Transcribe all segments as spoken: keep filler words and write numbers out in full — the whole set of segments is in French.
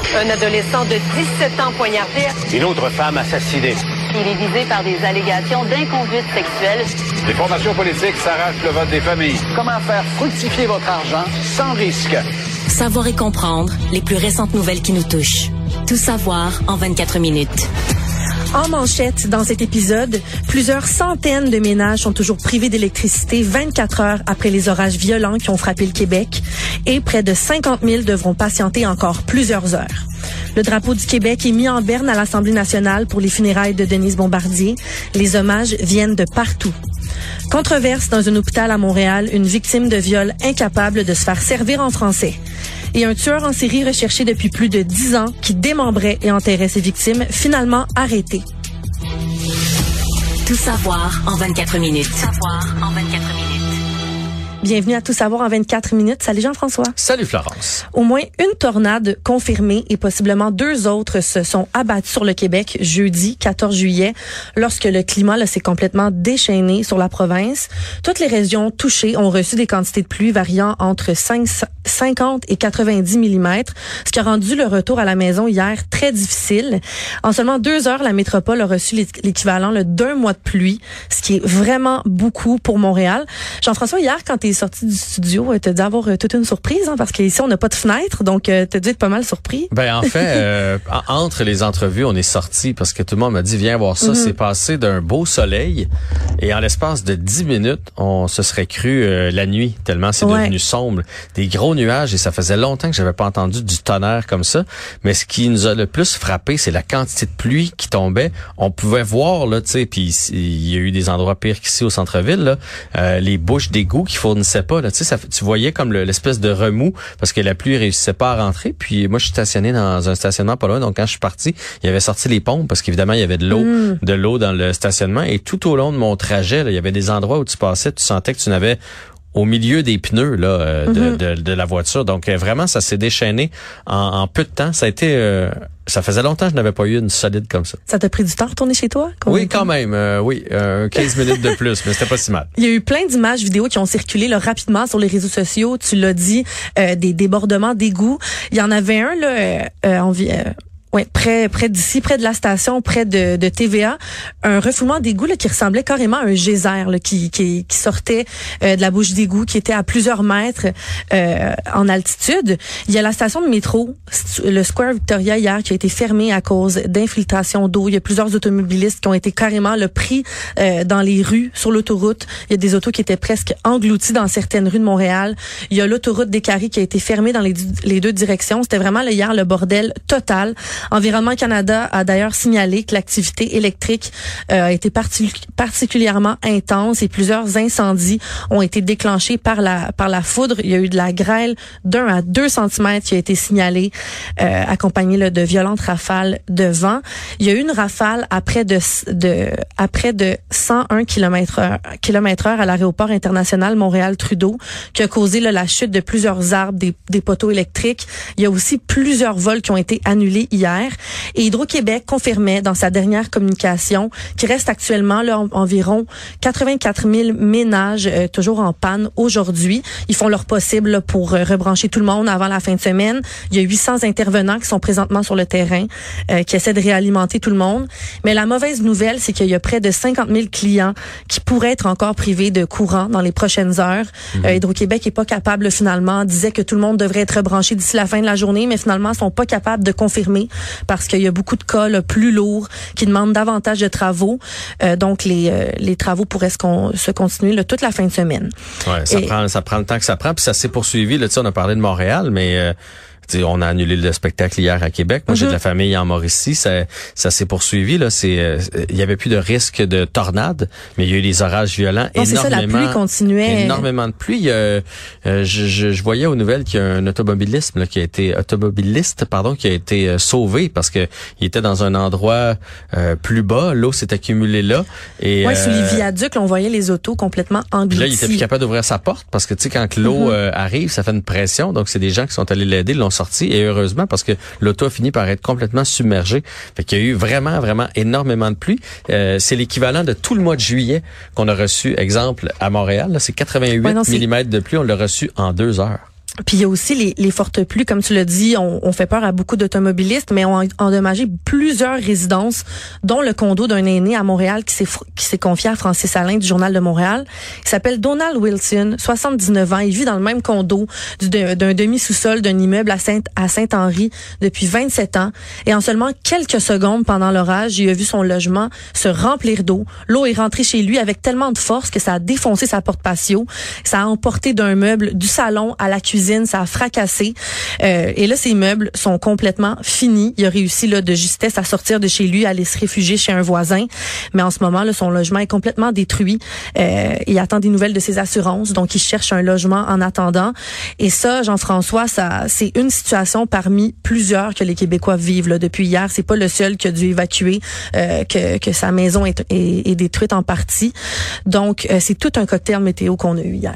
Un adolescent de dix-sept ans poignardé. Une autre femme assassinée. Il est visé par des allégations d'inconduite sexuelle. Les formations politiques s'arrachent le vote des familles. Comment faire fructifier votre argent sans risque? Savoir et comprendre les plus récentes nouvelles qui nous touchent. Tout savoir en vingt-quatre minutes. En manchette, dans cet épisode, plusieurs centaines de ménages sont toujours privés d'électricité vingt-quatre heures après les orages violents qui ont frappé le Québec et près de cinquante mille devront patienter encore plusieurs heures. Le drapeau du Québec est mis en berne à l'Assemblée nationale pour les funérailles de Denise Bombardier. Les hommages viennent de partout. Controverse dans un hôpital à Montréal, une victime de viol incapable de se faire servir en français. Et un tueur en série recherché depuis plus de dix ans qui démembrait et enterrait ses victimes, finalement arrêté. Tout savoir en vingt-quatre minutes. Tout savoir en vingt-quatre minutes. Bienvenue à Tout savoir en vingt-quatre minutes. Salut Jean-François. Salut Florence. Au moins une tornade confirmée et possiblement deux autres se sont abattues sur le Québec jeudi quatorze juillet lorsque le climat là, s'est complètement déchaîné sur la province. Toutes les régions touchées ont reçu des quantités de pluie variant entre cinquante et quatre-vingt-dix millimètres, ce qui a rendu le retour à la maison hier très difficile. En seulement deux heures, la métropole a reçu l'équivalent là, d'un mois de pluie, ce qui est vraiment beaucoup pour Montréal. Jean-François, hier, quand tu es sorti du studio, tu as dû avoir toute une surprise, hein, parce qu'ici, on n'a pas de fenêtre, donc tu as dû être pas mal surpris. Ben en fait, euh, entre les entrevues, on est sorti parce que tout le monde m'a dit, viens voir ça. Mm-hmm. C'est passé d'un beau soleil et en l'espace de dix minutes, on se serait cru euh, la nuit, tellement c'est ouais. devenu sombre. Des gros nuages et ça faisait longtemps que j'avais pas entendu du tonnerre comme ça. Mais ce qui nous a le plus frappé, c'est la quantité de pluie qui tombait. On pouvait voir, là, tu sais, puis il y a eu des endroits pires qu'ici au centre-ville, là, euh, les bouches d'égout qui fournissaient pas, là, tu sais, ça, tu voyais comme le, l'espèce de remous parce que la pluie réussissait pas à rentrer. Puis moi, je suis stationné dans un stationnement pas loin, donc quand je suis parti, il y avait sorti les pompes parce qu'évidemment, il y avait de l'eau, mmh. de l'eau dans le stationnement. Et tout au long de mon trajet, là, il y avait des endroits où tu passais, tu sentais que tu n'avais au milieu des pneus là euh, de, mm-hmm. de, de la voiture. Donc euh, vraiment, ça s'est déchaîné en, en peu de temps. Ça a été, euh, ça faisait longtemps que je n'avais pas eu une solide comme ça. Ça t'a pris du temps à retourner chez toi? Oui, quand même. Euh, oui, euh, quinze minutes de plus, mais c'était pas si mal. Il y a eu plein d'images vidéo qui ont circulé là, rapidement sur les réseaux sociaux. Tu l'as dit, euh, des débordements d'égouts. Il y en avait un là, euh, euh, en vie. Euh, Oui, près près d'ici, près de la station, près de, de T V A, un refoulement d'égout là, qui ressemblait carrément à un geyser là, qui, qui qui sortait euh, de la bouche d'égout, qui était à plusieurs mètres euh, en altitude. Il y a la station de métro, le Square Victoria hier, qui a été fermé à cause d'infiltration d'eau. Il y a plusieurs automobilistes qui ont été carrément le pris euh, dans les rues, sur l'autoroute. Il y a des autos qui étaient presque engloutis dans certaines rues de Montréal. Il y a l'autoroute des Carrés qui a été fermée dans les, les deux directions. C'était vraiment là, hier le bordel total. Environnement Canada a d'ailleurs signalé que l'activité électrique euh, a été partic- particulièrement intense et plusieurs incendies ont été déclenchés par la par la foudre. Il y a eu de la grêle d'un à deux centimètres qui a été signalée, euh, accompagnée là, de violentes rafales de vent. Il y a eu une rafale à près de de à près de cent un kilomètres heure à l'aéroport international Montréal-Trudeau, qui a causé là, la chute de plusieurs arbres, des, des poteaux électriques. Il y a aussi plusieurs vols qui ont été annulés hier. Et Hydro-Québec confirmait dans sa dernière communication qu'il reste actuellement là, environ quatre-vingt-quatre mille ménages euh, toujours en panne aujourd'hui. Ils font leur possible là, pour euh, rebrancher tout le monde avant la fin de semaine. Il y a huit cents intervenants qui sont présentement sur le terrain, euh, qui essaient de réalimenter tout le monde. Mais la mauvaise nouvelle, c'est qu'il y a près de cinquante mille clients qui pourraient être encore privés de courant dans les prochaines heures. Mmh. Euh, Hydro-Québec est pas capable finalement, disait que tout le monde devrait être rebranché d'ici la fin de la journée, mais finalement, ils sont pas capables de confirmer parce qu'il y a beaucoup de cas là, plus lourds qui demandent davantage de travaux. Euh, donc, les euh, les travaux pourraient se, con, se continuer là, toute la fin de semaine. Ouais, ça Et, prend ça prend le temps que ça prend, puis ça s'est poursuivi. Là, tu sais, on a parlé de Montréal, mais euh, on a annulé le spectacle hier à Québec. Moi, mm-hmm. j'ai de la famille en Mauricie. Ça, ça s'est poursuivi. Là, c'est, euh, il y avait plus de risque de tornade, mais il y a eu des orages violents. Non, énormément. C'est ça, la pluie continuait. Énormément de pluie. Euh, euh, je, je, je voyais aux nouvelles qu'il y a un automobiliste là, qui a été automobiliste, pardon, qui a été euh, sauvé parce que il était dans un endroit euh, plus bas. L'eau s'est accumulée là. Et ouais, euh, sous les viaducs, là, on voyait les autos complètement engloutis. Là, il était plus capable d'ouvrir sa porte parce que tu sais, quand l'eau mm-hmm. euh, arrive, ça fait une pression. Donc, c'est des gens qui sont allés l'aider, l'ont sorti et heureusement parce que l'auto a fini par être complètement submergée. Fait qu'il y a eu vraiment, vraiment énormément de pluie. Euh, c'est l'équivalent de tout le mois de juillet qu'on a reçu, exemple, à Montréal. Là, c'est quatre-vingt-huit ouais, millimètres de pluie. On l'a reçu en deux heures. Puis il y a aussi les, les fortes pluies, comme tu l'as dit, on, on fait peur à beaucoup d'automobilistes, mais ont endommagé plusieurs résidences, dont le condo d'un aîné à Montréal qui s'est qui s'est confié à Francis Alain du Journal de Montréal. Il s'appelle Donald Wilson, soixante-dix-neuf ans. Il vit dans le même condo du, d'un demi-sous-sol d'un immeuble à Saint, à Saint-Henri depuis vingt-sept ans. Et en seulement quelques secondes pendant l'orage, il a vu son logement se remplir d'eau. L'eau est rentrée chez lui avec tellement de force que ça a défoncé sa porte patio. Ça a emporté d'un meuble du salon à la cuisine. Ça a fracassé. Euh, et là, ces meubles sont complètement finis. Il a réussi là, de justesse à sortir de chez lui, à aller se réfugier chez un voisin. Mais en ce moment, là, son logement est complètement détruit. Euh, il attend des nouvelles de ses assurances. Donc, il cherche un logement en attendant. Et ça, Jean-François, ça, c'est une situation parmi plusieurs que les Québécois vivent là, depuis hier. C'est pas le seul qui a dû évacuer, euh, que, que sa maison est, est, est détruite en partie. Donc, euh, c'est tout un cocktail météo qu'on a eu hier.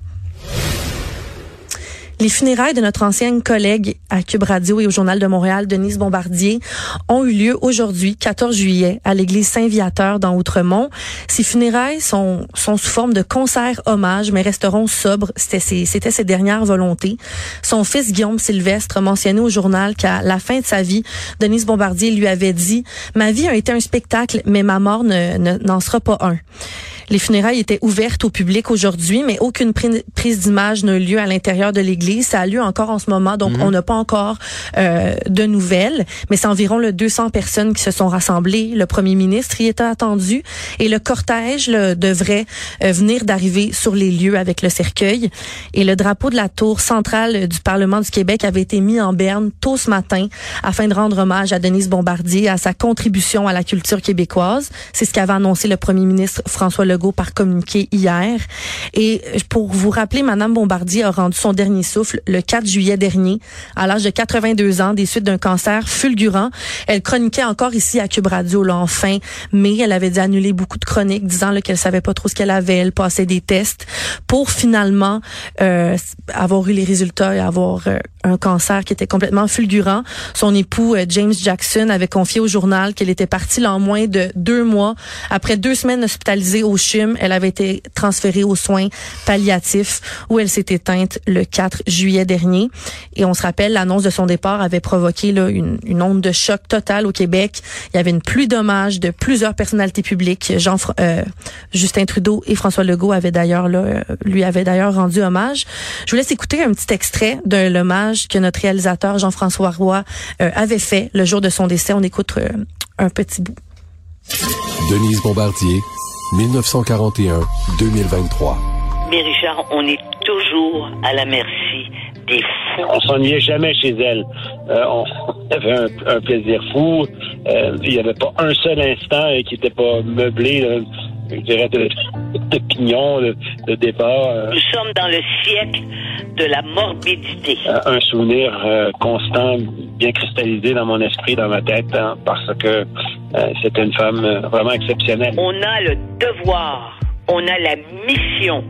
Les funérailles de notre ancienne collègue à Cube Radio et au Journal de Montréal, Denise Bombardier, ont eu lieu aujourd'hui, quatorze juillet, à l'église Saint-Viateur dans Outremont. Ces funérailles sont, sont sous forme de concert hommage, mais resteront sobres. C'était ses, c'était ses dernières volontés. Son fils Guillaume Sylvestre mentionnait au journal qu'à la fin de sa vie, Denise Bombardier lui avait dit « Ma vie a été un spectacle, mais ma mort ne, ne, n'en sera pas un ». Les funérailles étaient ouvertes au public aujourd'hui, mais aucune prise d'image n'a eu lieu à l'intérieur de l'église. Ça a lieu encore en ce moment, donc mmh. on n'a pas encore euh, de nouvelles. Mais c'est environ le deux cents personnes qui se sont rassemblées. Le premier ministre y était attendu et le cortège là, devrait euh, venir d'arriver sur les lieux avec le cercueil. Et le drapeau de la tour centrale du Parlement du Québec avait été mis en berne tôt ce matin afin de rendre hommage à Denise Bombardier, à sa contribution à la culture québécoise. C'est ce qu'avait annoncé le premier ministre François Legault par communiqué hier. Et pour vous rappeler, Mme Bombardier a rendu son dernier souffle le quatre juillet dernier, à l'âge de quatre-vingt-deux ans, des suites d'un cancer fulgurant. Elle chroniquait encore ici à Cube Radio là, en fin mai. Elle avait dû annuler beaucoup de chroniques, disant là, qu'elle savait pas trop ce qu'elle avait. Elle passait des tests pour finalement euh, avoir eu les résultats et avoir euh, un cancer qui était complètement fulgurant. Son époux, euh, James Jackson, avait confié au journal qu'elle était partie là, en moins de deux mois. Après deux semaines hospitalisée au C H U M, elle avait été transférée aux soins palliatifs où elle s'est éteinte le quatre juillet dernier. Et on se rappelle, l'annonce de son départ avait provoqué là, une, une onde de choc totale au Québec. Il y avait une pluie d'hommages de plusieurs personnalités publiques. Jean, euh, Justin Trudeau et François Legault avaient d'ailleurs là, lui avaient d'ailleurs rendu hommage. Je vous laisse écouter un petit extrait de l'hommage que notre réalisateur Jean-François Roy euh, avait fait le jour de son décès. On écoute euh, un petit bout. Denise Bombardier, dix-neuf cent quarante et un à deux mille vingt-trois. Mais Richard, on est toujours à la merci des fous. On s'ennuyait jamais chez elle. Euh, on avait un, un plaisir fou. Euh, il n'y avait pas un seul instant qui n'était pas meublé, là, je dirais, de, de pignons, de, de départ. Nous sommes dans le siècle de la morbidité. Un souvenir euh, constant, bien cristallisé dans mon esprit, dans ma tête, hein, parce que euh, c'était une femme euh, vraiment exceptionnelle. On a le devoir, on a la mission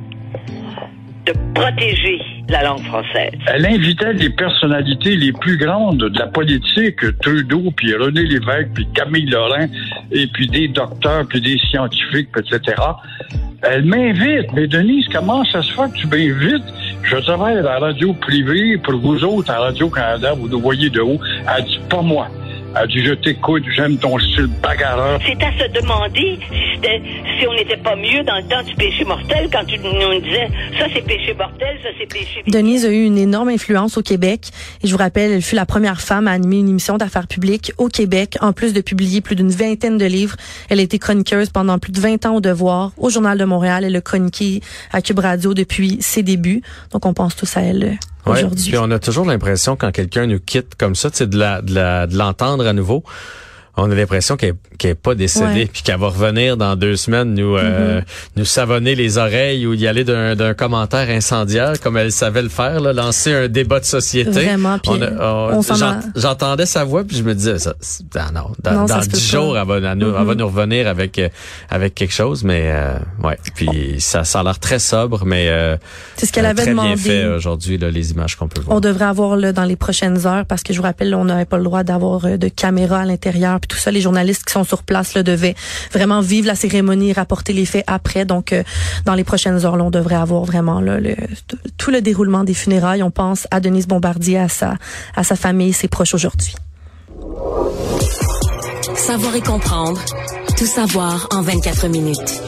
de protéger la langue française. Elle invitait les personnalités les plus grandes de la politique, Trudeau, puis René Lévesque, puis Camille Lorrain, et puis des docteurs, puis des scientifiques, et cetera. Elle m'invite. Mais Denise, comment ça se fait que tu m'invites? Je travaille à la radio privée, pour vous autres, à Radio-Canada, vous nous voyez de haut. Elle dit, pas moi. Elle dit, je t'écoute, j'aime ton style bagarreur. C'est à se demander si c'était, si on n'était pas mieux dans le temps du péché mortel, quand tu nous disais, ça c'est péché mortel, ça c'est péché... Denise a eu une énorme influence au Québec. Et je vous rappelle, elle fut la première femme à animer une émission d'affaires publiques au Québec. En plus de publier plus d'une vingtaine de livres, elle a été chroniqueuse pendant plus de vingt ans au Devoir, au Journal de Montréal. Elle a chroniqué à Cube Radio depuis ses débuts. Donc on pense tous à elle. Ouais, aujourd'hui. Puis on a toujours l'impression quand quelqu'un nous quitte comme ça, tu sais, de la, de la, de l'entendre à nouveau. On a l'impression qu'elle qu'elle est pas décédée, ouais. puis qu'elle va revenir dans deux semaines nous euh, mm-hmm. nous savonner les oreilles ou y aller d'un, d'un commentaire incendiaire comme elle savait le faire, là, lancer un débat de société. Vraiment. Puis on a, on, on s'en j'ent, a... J'entendais sa voix puis je me disais ça, ah non, dans, non, dans dix jours elle va, elle, mm-hmm. elle va nous revenir avec euh, avec quelque chose, mais euh, ouais. Puis oh. ça, ça a l'air très sobre, mais euh, c'est ce qu'elle avait très demandé. Bien fait aujourd'hui là, les images qu'on peut voir. On devrait avoir là dans les prochaines heures parce que je vous rappelle, là, on n'avait pas le droit d'avoir euh, de caméra à l'intérieur puis tout ça, les journalistes qui sont sur place là, devaient vraiment vivre la cérémonie, rapporter les faits après. Donc, euh, dans les prochaines heures, là, on devrait avoir vraiment là, le, tout le déroulement des funérailles. On pense à Denise Bombardier, à sa, à sa famille, ses proches aujourd'hui. Savoir et comprendre. Tout savoir en vingt-quatre minutes.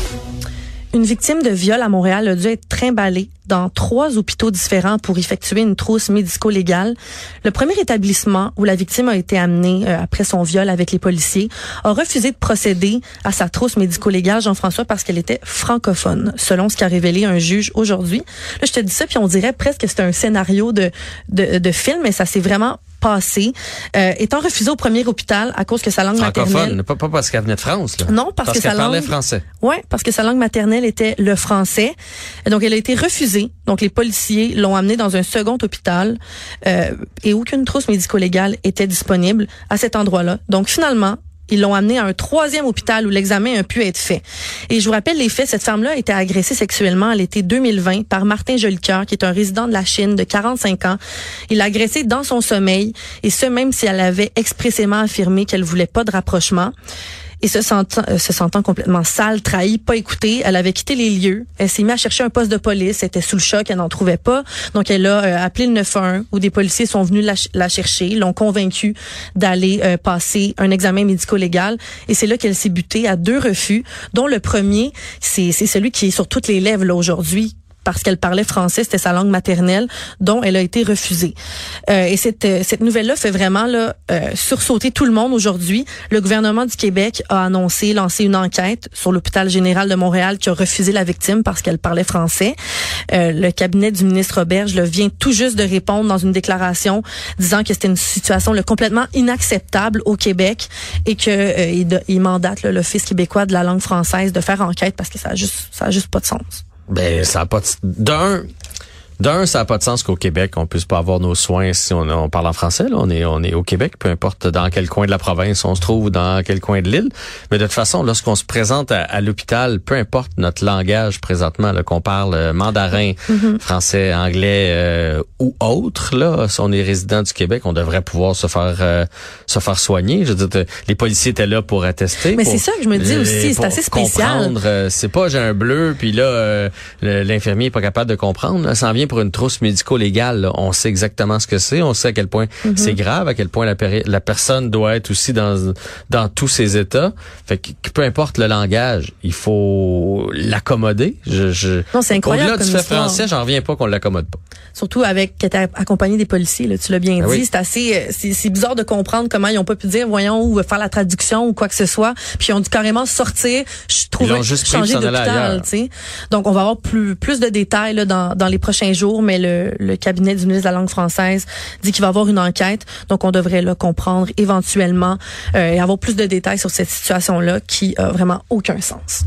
Une victime de viol à Montréal a dû être trimballée dans trois hôpitaux différents pour effectuer une trousse médico-légale. Le premier établissement où la victime a été amenée euh, après son viol avec les policiers a refusé de procéder à sa trousse médico-légale, Jean-François, parce qu'elle était francophone, selon ce qu'a révélé un juge aujourd'hui. Là, je te dis ça, puis on dirait presque que c'est un scénario de, de, de film, mais ça s'est vraiment passé, euh, étant refusée au premier hôpital à cause que sa langue maternelle... Pas, pas parce qu'elle venait de France, là. Non, parce, parce que qu'elle sa parlait langue... français. Ouais, parce que sa langue maternelle était le français. Donc, elle a été refusée. Donc, les policiers l'ont amenée dans un second hôpital euh, et aucune trousse médico-légale était disponible à cet endroit-là. Donc, finalement, ils l'ont amenée à un troisième hôpital où l'examen a pu être fait. Et je vous rappelle les faits, cette femme-là a été agressée sexuellement à l'été deux mille vingt par Martin Jolicoeur, qui est un résident de la Chine de quarante-cinq ans. Il l'a agressée dans son sommeil, et ce même si elle avait expressément affirmé qu'elle voulait pas de rapprochement. Et se sentant, euh, se sentant complètement sale, trahie, pas écoutée, elle avait quitté les lieux. Elle s'est mise à chercher un poste de police. Elle était sous le choc, elle n'en trouvait pas. Donc, elle a euh, appelé le neuf un un, où des policiers sont venus la, la chercher, l'ont convaincue d'aller euh, passer un examen médico-légal. Et c'est là qu'elle s'est butée à deux refus, dont le premier, c'est, c'est celui qui est sur toutes les lèvres là aujourd'hui, parce qu'elle parlait français, c'était sa langue maternelle, dont elle a été refusée. Euh, et cette, cette nouvelle-là fait vraiment là, euh, sursauter tout le monde aujourd'hui. Le gouvernement du Québec a annoncé, lancé une enquête sur l'hôpital général de Montréal qui a refusé la victime parce qu'elle parlait français. Euh, le cabinet du ministre Roberge là, vient tout juste de répondre dans une déclaration disant que c'était une situation là, complètement inacceptable au Québec et que euh, il, de, il mandate là, l'Office québécois de la langue française de faire enquête parce que ça a juste, ça a juste pas de sens. Ben, ça a pas de... D'un, d'un, ça a pas de sens qu'au Québec, on puisse pas avoir nos soins si on, on parle en français, là. On est, on est au Québec, peu importe dans quel coin de la province on se trouve ou dans quel coin de l'île. Mais de toute façon, lorsqu'on se présente à, à l'hôpital, peu importe notre langage présentement, là, qu'on parle euh, mandarin, mm-hmm. français, anglais euh, ou autre, là, si on est résident du Québec, on devrait pouvoir se faire, euh, se faire soigner. Je veux dire, les policiers étaient là pour attester. Mais pour, c'est ça que je me dis aussi, c'est assez spécial. Comprendre, euh, c'est pas j'ai un bleu, puis là, euh, l'infirmier est pas capable de comprendre. Là, ça en vient pour une trousse médico-légale. Là. On sait exactement ce que c'est. On sait à quel point mm-hmm. c'est grave, à quel point la, péri- la personne doit être aussi dans dans tous ses états. Fait que peu importe le langage, il faut l'accommoder. Je, je... Non, c'est incroyable. Au-delà du fait français, j'en reviens pas qu'on l'accommode pas. Surtout avec que t'es accompagné des policiers, là, tu l'as bien ah dit. Oui. C'est assez, c'est, c'est bizarre de comprendre comment ils ont pas pu dire, voyons, ou faire la traduction ou quoi que ce soit. Puis ils ont dû carrément sortir, je trouvais changer d'hôpital, tu sais. Donc on va avoir plus plus de détails là, dans dans les prochains jours, mais le, le cabinet du ministre de la langue française dit qu'il va y avoir une enquête. Donc on devrait là comprendre éventuellement euh, et avoir plus de détails sur cette situation-là qui a vraiment aucun sens.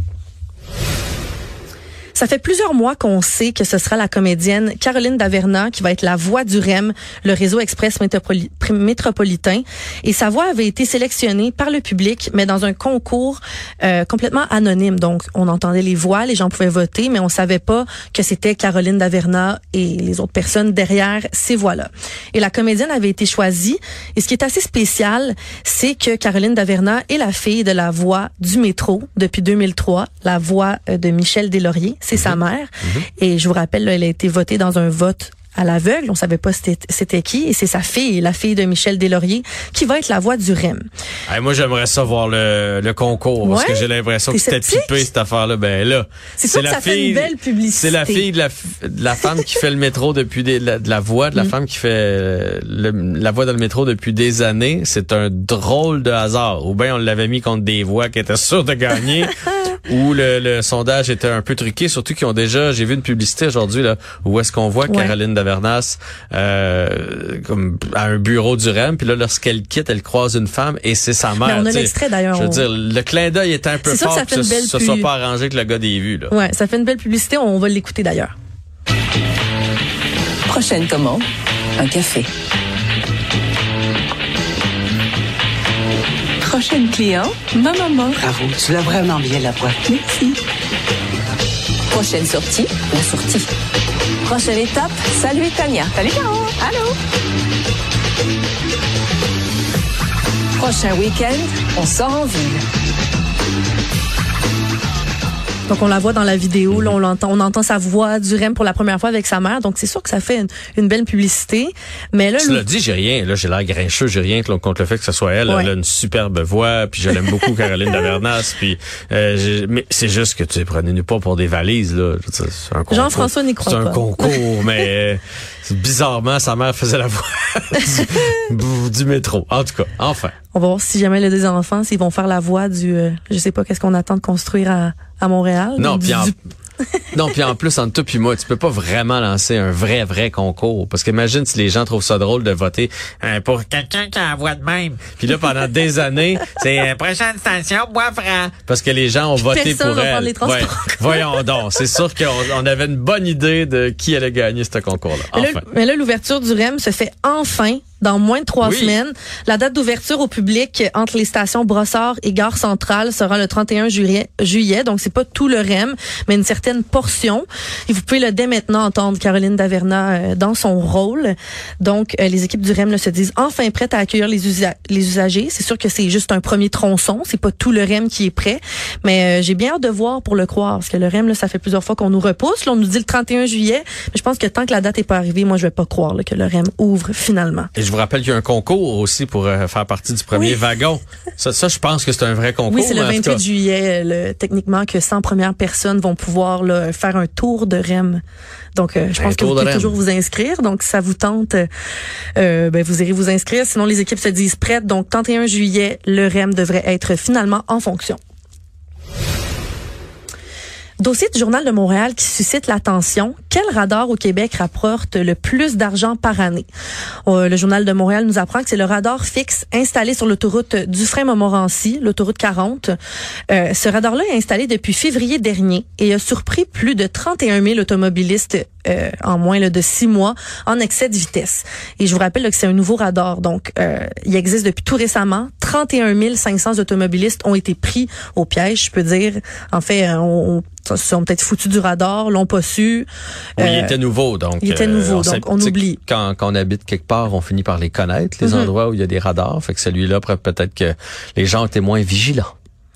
Ça fait plusieurs mois qu'on sait que ce sera la comédienne Caroline Daverna qui va être la voix du R E M, le réseau express métropoli- métropolitain. Et sa voix avait été sélectionnée par le public, mais dans un concours euh, complètement anonyme. Donc, on entendait les voix, les gens pouvaient voter, mais on savait pas que c'était Caroline Daverna et les autres personnes derrière ces voix-là. Et la comédienne avait été choisie. Et ce qui est assez spécial, c'est que Caroline Daverna est la fille de la voix du métro depuis deux mille trois, la voix de Michel Deslauriers. C'est sa mère. Mm-hmm. Et je vous rappelle, là, elle a été votée dans un vote à l'aveugle. On savait pas c'était, c'était qui. Et c'est sa fille, la fille de Michel Deslauriers, qui va être la voix du R E M. Hey, moi, j'aimerais ça voir le, le concours. Ouais? Parce que j'ai l'impression T'es que c'était typé, cette affaire-là. Ben là, c'est, c'est la ça fille, fait une belle publicité. C'est la fille de la, de la femme qui fait le métro depuis des, la, de la voix, de la mm. femme qui fait le, la voix dans le métro depuis des années. C'est un drôle de hasard. Ou bien on l'avait mis contre des voix qui étaient sûres de gagner. Où le, le sondage était un peu truqué, surtout qu'ils ont déjà, j'ai vu une publicité aujourd'hui là, où est-ce qu'on voit ouais. Caroline Davernas euh, comme à un bureau du R E M, puis là lorsqu'elle quitte, elle croise une femme et c'est sa mère. Mais on a l'extrait d'ailleurs. Je veux dire, le clin d'œil était un peu c'est fort, ça, ça que ce, ce pub... soit pas arrangé que le gars des vues là. Ouais, ça fait une belle publicité, on va l'écouter d'ailleurs. Prochaine commande, un café. Prochaine client, ma maman. Bravo, tu l'as vraiment bien la boîte. Merci. Prochaine sortie, la sortie. Prochaine étape, salut Tania. Salut Caro. Allô. Prochain week-end, on sort en ville. Donc, on la voit dans la vidéo, là, on l'entend, on entend sa voix du R E M pour la première fois avec sa mère. Donc, c'est sûr que ça fait une, une belle publicité. Mais là, tu l'as dit, j'ai rien. Là, j'ai l'air grincheux, j'ai rien contre le fait que ce soit elle. Ouais. Elle a une superbe voix, puis je l'aime beaucoup, Caroline Davernas. Puis, euh, mais c'est juste que tu sais, prenez-nous pas pour des valises, là. C'est un concours. Jean-François n'y croit c'est pas. C'est un concours, mais euh, bizarrement, sa mère faisait la voix du, du métro. En tout cas, enfin. On va voir si jamais il a des enfants, s'ils vont faire la voix du, euh, je sais pas, qu'est-ce qu'on attend de construire à, à Montréal. Non, du, puis en, du... non, puis en plus, entre toi puis moi, tu peux pas vraiment lancer un vrai, vrai concours. Parce qu'imagine si les gens trouvent ça drôle de voter euh, pour quelqu'un qui a la voix de même. Puis là, pendant des années, c'est euh, prochaine station, Bois-Franc. Parce que les gens ont voté Personne pour va elle. les transports. Ouais. Voyons donc. C'est sûr qu'on on avait une bonne idée de qui allait gagner ce concours-là. Enfin. Mais là, mais là, l'ouverture du R E M se fait enfin dans moins de trois oui. semaines. La date d'ouverture au public entre les stations Brossard et Gare Centrale sera le trente et un juillet. juillet donc, c'est pas tout le R E M, mais une certaine portion. Et vous pouvez là, dès maintenant entendre Caroline Davernas euh, dans son rôle. Donc, euh, les équipes du R E M là, se disent enfin prêtes à accueillir les, usa- les usagers. C'est sûr que c'est juste un premier tronçon. C'est pas tout le R E M qui est prêt. Mais euh, j'ai bien hâte de voir pour le croire. Parce que le R E M, là, ça fait plusieurs fois qu'on nous repousse. Là, on nous dit le trente et un juillet. Mais je pense que tant que la date est pas arrivée, moi, je vais pas croire là, que le R E M ouvre finalement. Et je vous rappelle qu'il y a un concours aussi pour euh, faire partie du premier oui. wagon. Ça, ça, je pense que c'est un vrai concours. Oui, c'est le vingt-huit juillet, le, techniquement, que cent premières personnes vont pouvoir là, faire un tour de R E M. Donc, euh, je pense que vous pouvez toujours vous inscrire. Donc, si ça vous tente, euh, ben, vous irez vous inscrire. Sinon, les équipes se disent prêtes. Donc, trente et un juillet, le R E M devrait être finalement en fonction. Dossier du Journal de Montréal qui suscite l'attention. Quel radar au Québec rapporte le plus d'argent par année? Euh, le Journal de Montréal nous apprend que c'est le radar fixe installé sur l'autoroute Dufresne-Montmorency, l'autoroute quarante. Euh, ce radar-là est installé depuis février dernier et a surpris plus de trente et un mille automobilistes euh, en moins là, de six mois en excès de vitesse. Et je vous rappelle là, que c'est un nouveau radar. Donc, euh, il existe depuis tout récemment. trente et un mille cinq cents automobilistes ont été pris au piège, je peux dire. En fait, on, on se sont peut-être foutus du radar, l'ont pas su. Oui, euh, il était nouveau, donc. Il était nouveau, euh, on donc on oublie. Quand, quand on habite quelque part, on finit par les connaître, les mm-hmm. endroits où il y a des radars. Fait que celui-là, peut-être que les gens étaient moins vigilants.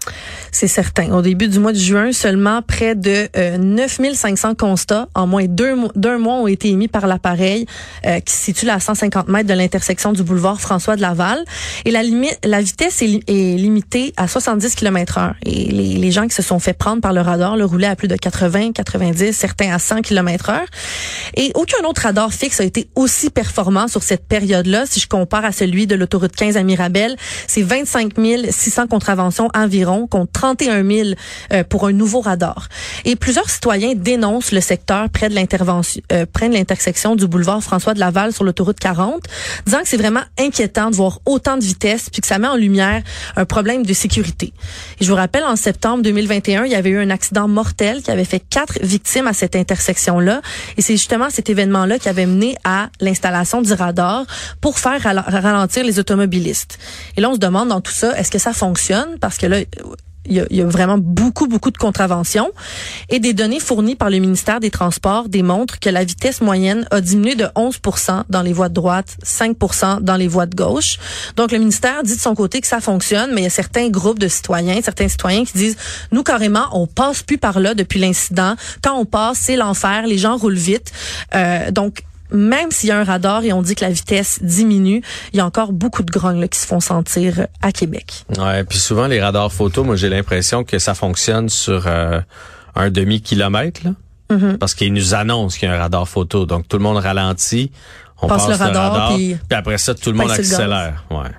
C'est certain. Au début du mois de juin, seulement près de euh, neuf mille cinq cents constats en moins deux, d'un mois ont été émis par l'appareil euh, qui se situe à cent cinquante mètres de l'intersection du boulevard François de Laval. Et la limite, la vitesse est, li- est limitée à soixante-dix kilomètres heure. Et les, les gens qui se sont fait prendre par le radar le roulaient à plus de quatre-vingts, quatre-vingt-dix, certains à cent kilomètres heure. Et aucun autre radar fixe a été aussi performant sur cette période-là. Si je compare à celui de l'autoroute quinze à Mirabel, c'est vingt-cinq mille six cents contraventions environ contre trente et un mille euh, pour un nouveau radar. Et plusieurs citoyens dénoncent le secteur près de l'intervention, euh, près de l'intersection du boulevard François de Laval sur l'autoroute quarante, disant que c'est vraiment inquiétant de voir autant de vitesse puis que ça met en lumière un problème de sécurité. Et je vous rappelle, en septembre deux mille vingt et un, il y avait eu un accident mortel qui avait fait quatre victimes à cette intersection-là. Et c'est justement cet événement-là qui avait mené à l'installation du radar pour faire ralentir les automobilistes. Et là, on se demande dans tout ça, est-ce que ça fonctionne? Parce que là, Il y, a, il y a vraiment beaucoup, beaucoup de contraventions. Et des données fournies par le ministère des Transports démontrent que la vitesse moyenne a diminué de onze pour cent dans les voies de droite, cinq pour cent dans les voies de gauche. Donc, le ministère dit de son côté que ça fonctionne, mais il y a certains groupes de citoyens, certains citoyens qui disent, nous, carrément, on passe plus par là depuis l'incident. Quand on passe, c'est l'enfer. Les gens roulent vite. Euh, donc, même s'il y a un radar et on dit que la vitesse diminue, il y a encore beaucoup de grognes là, qui se font sentir à Québec. Ouais, puis souvent les radars photo, moi j'ai l'impression que ça fonctionne sur euh, un demi-kilomètre, là, mm-hmm. parce qu'ils nous annoncent qu'il y a un radar photo, donc tout le monde ralentit, on passe, passe le radar, le radar puis, puis après ça tout le monde accélère. Ouais.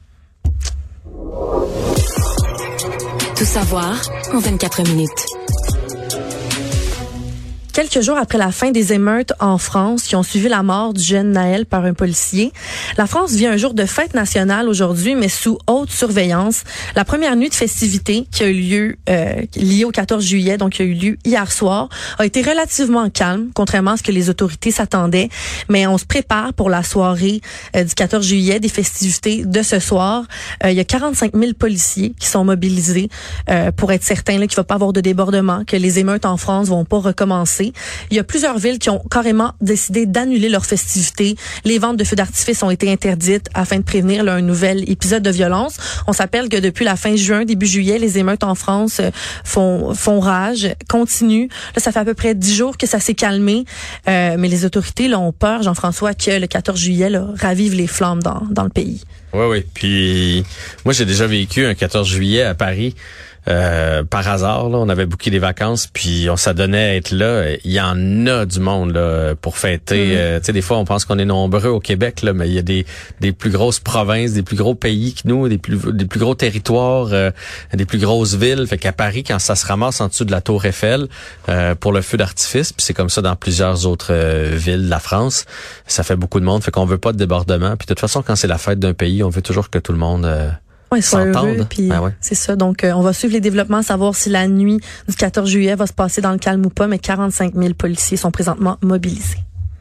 Tout savoir en vingt-quatre minutes. Quelques jours après la fin des émeutes en France qui ont suivi la mort du jeune Naël par un policier, la France vit un jour de fête nationale aujourd'hui, mais sous haute surveillance. La première nuit de festivité qui a eu lieu, euh, liée au quatorze juillet, donc qui a eu lieu hier soir, a été relativement calme, contrairement à ce que les autorités s'attendaient. Mais on se prépare pour la soirée euh, du quatorze juillet, des festivités de ce soir. Euh, il y a quarante-cinq mille policiers qui sont mobilisés euh, pour être certains là, qu'il ne va pas avoir de débordement, que les émeutes en France vont pas recommencer. passé. Il y a plusieurs villes qui ont carrément décidé d'annuler leurs festivités. Les ventes de feux d'artifice ont été interdites afin de prévenir là, un nouvel épisode de violence. On s'appelle que depuis la fin juin, début juillet, les émeutes en France euh, font, font rage, continuent. Là, ça fait à peu près dix jours que ça s'est calmé, euh, mais les autorités là, ont peur, Jean-François, que le quatorze juillet là, ravive les flammes dans, dans le pays. Oui, oui. Puis moi, j'ai déjà vécu un quatorze juillet à Paris. Euh, par hasard, là, on avait booké des vacances, puis on s'adonnait à être là. Il y en a du monde là pour fêter. Mm-hmm. Euh, tu sais, des fois, on pense qu'on est nombreux au Québec, là, mais il y a des des plus grosses provinces, des plus gros pays que nous, des plus des plus gros territoires, euh, des plus grosses villes. Fait qu'à Paris, quand ça se ramasse en dessous de la Tour Eiffel euh, pour le feu d'artifice, puis c'est comme ça dans plusieurs autres euh, villes de la France, ça fait beaucoup de monde. Fait qu'on veut pas de débordement. Puis de toute façon, quand c'est la fête d'un pays, on veut toujours que tout le monde euh, Ouais, soit heureux, puis ah ouais. C'est ça. Donc, euh, on va suivre les développements, savoir si la nuit du quatorze juillet va se passer dans le calme ou pas, mais quarante-cinq mille policiers sont présentement mobilisés.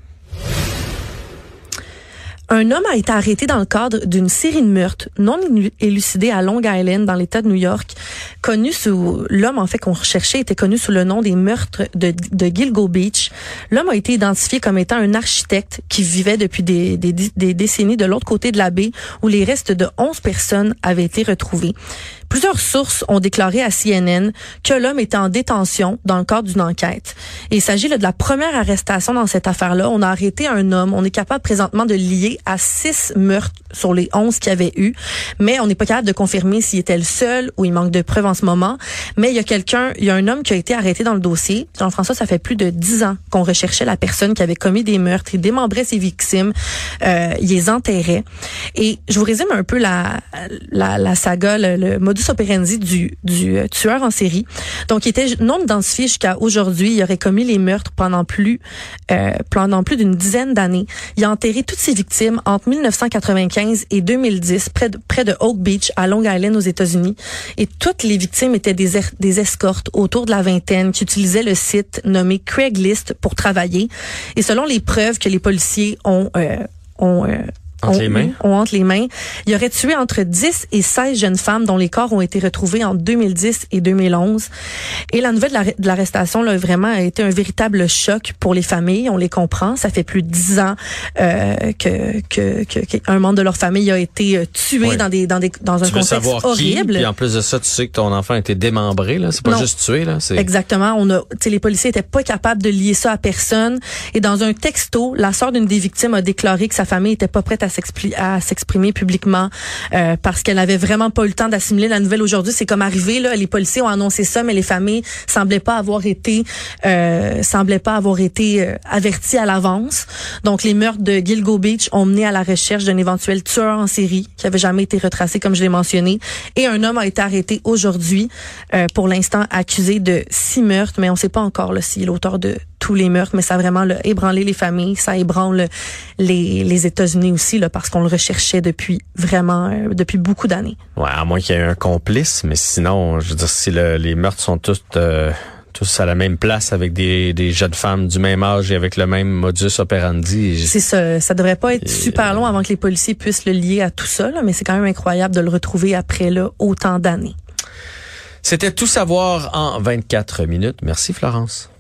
Un homme a été arrêté dans le cadre d'une série de meurtres non élucidés à Long Island, dans l'État de New York. Connu sous l'homme en fait qu'on recherchait était connu sous le nom des meurtres de, de Gilgo Beach. L'homme a été identifié comme étant un architecte qui vivait depuis des, des, des décennies de l'autre côté de la baie, où les restes de onze personnes avaient été retrouvés. Plusieurs sources ont déclaré à C N N que l'homme était en détention dans le cadre d'une enquête. Et il s'agit là, de la première arrestation dans cette affaire-là. On a arrêté un homme. On est capable présentement de le lier à six meurtres sur les onze qu'il y avait eu. Mais on n'est pas capable de confirmer s'il était le seul ou il manque de preuves en ce moment. Mais il y a quelqu'un, il y a un homme qui a été arrêté dans le dossier. Jean-François, ça fait plus de dix ans qu'on recherchait la personne qui avait commis des meurtres. Il démembrait ses victimes. Euh, il les enterrait. Et je vous résume un peu la, la, la saga, le, le modus operandi du, du euh, tueur en série. Donc, il était non identifié jusqu'à aujourd'hui. Il aurait commis les meurtres pendant plus, euh, pendant plus d'une dizaine d'années. Il a enterré toutes ses victimes entre mille neuf cent quatre-vingt-quinze et deux mille dix, près de, près de Oak Beach, à Long Island, aux États-Unis. Et toutes les victimes étaient des, er, des escortes autour de la vingtaine qui utilisaient le site nommé Craigslist pour travailler. Et selon les preuves que les policiers ont, euh, ont euh, Entre les mains. On entre les mains. Il aurait tué entre dix et seize jeunes femmes dont les corps ont été retrouvés en deux mille dix et deux mille onze. Et la nouvelle de l'arrestation là vraiment a été un véritable choc pour les familles. On les comprend. Ça fait plus de dix ans euh, que, que, que, qu'un membre de leur famille a été tué ouais. dans des dans des dans un tu contexte veux savoir horrible. Qui, puis en plus de ça, tu sais que ton enfant a été démembré là. C'est pas non. juste tué là. C'est... Exactement. On a, tu sais, les policiers étaient pas capables de lier ça à personne. Et dans un texto, la sœur d'une des victimes a déclaré que sa famille était pas prête à s'exprimer, à s'exprimer publiquement euh, parce qu'elle n'avait vraiment pas eu le temps d'assimiler la nouvelle aujourd'hui. C'est comme arrivé là, les policiers ont annoncé ça, mais les familles semblaient pas avoir été euh, semblaient pas avoir été euh, averties à l'avance. Donc les meurtres de Gilgo Beach ont mené à la recherche d'un éventuel tueur en série qui avait jamais été retracé, comme je l'ai mentionné. Et un homme a été arrêté aujourd'hui, euh, pour l'instant accusé de six meurtres, mais on sait pas encore là, s'il est l'auteur de tous les meurtres, mais ça a vraiment là, ébranlé les familles, ça ébranle les, les États-Unis aussi là, parce qu'on le recherchait depuis vraiment euh, depuis beaucoup d'années. Ouais, à moins qu'il y ait un complice, mais sinon, je veux dire, si le, les meurtres sont tous euh, tous à la même place avec des, des jeunes femmes du même âge et avec le même modus operandi. C'est ça, ça devrait pas être et... super long avant que les policiers puissent le lier à tout ça, là, mais c'est quand même incroyable de le retrouver après là autant d'années. C'était Tout savoir en vingt-quatre minutes. Merci Florence.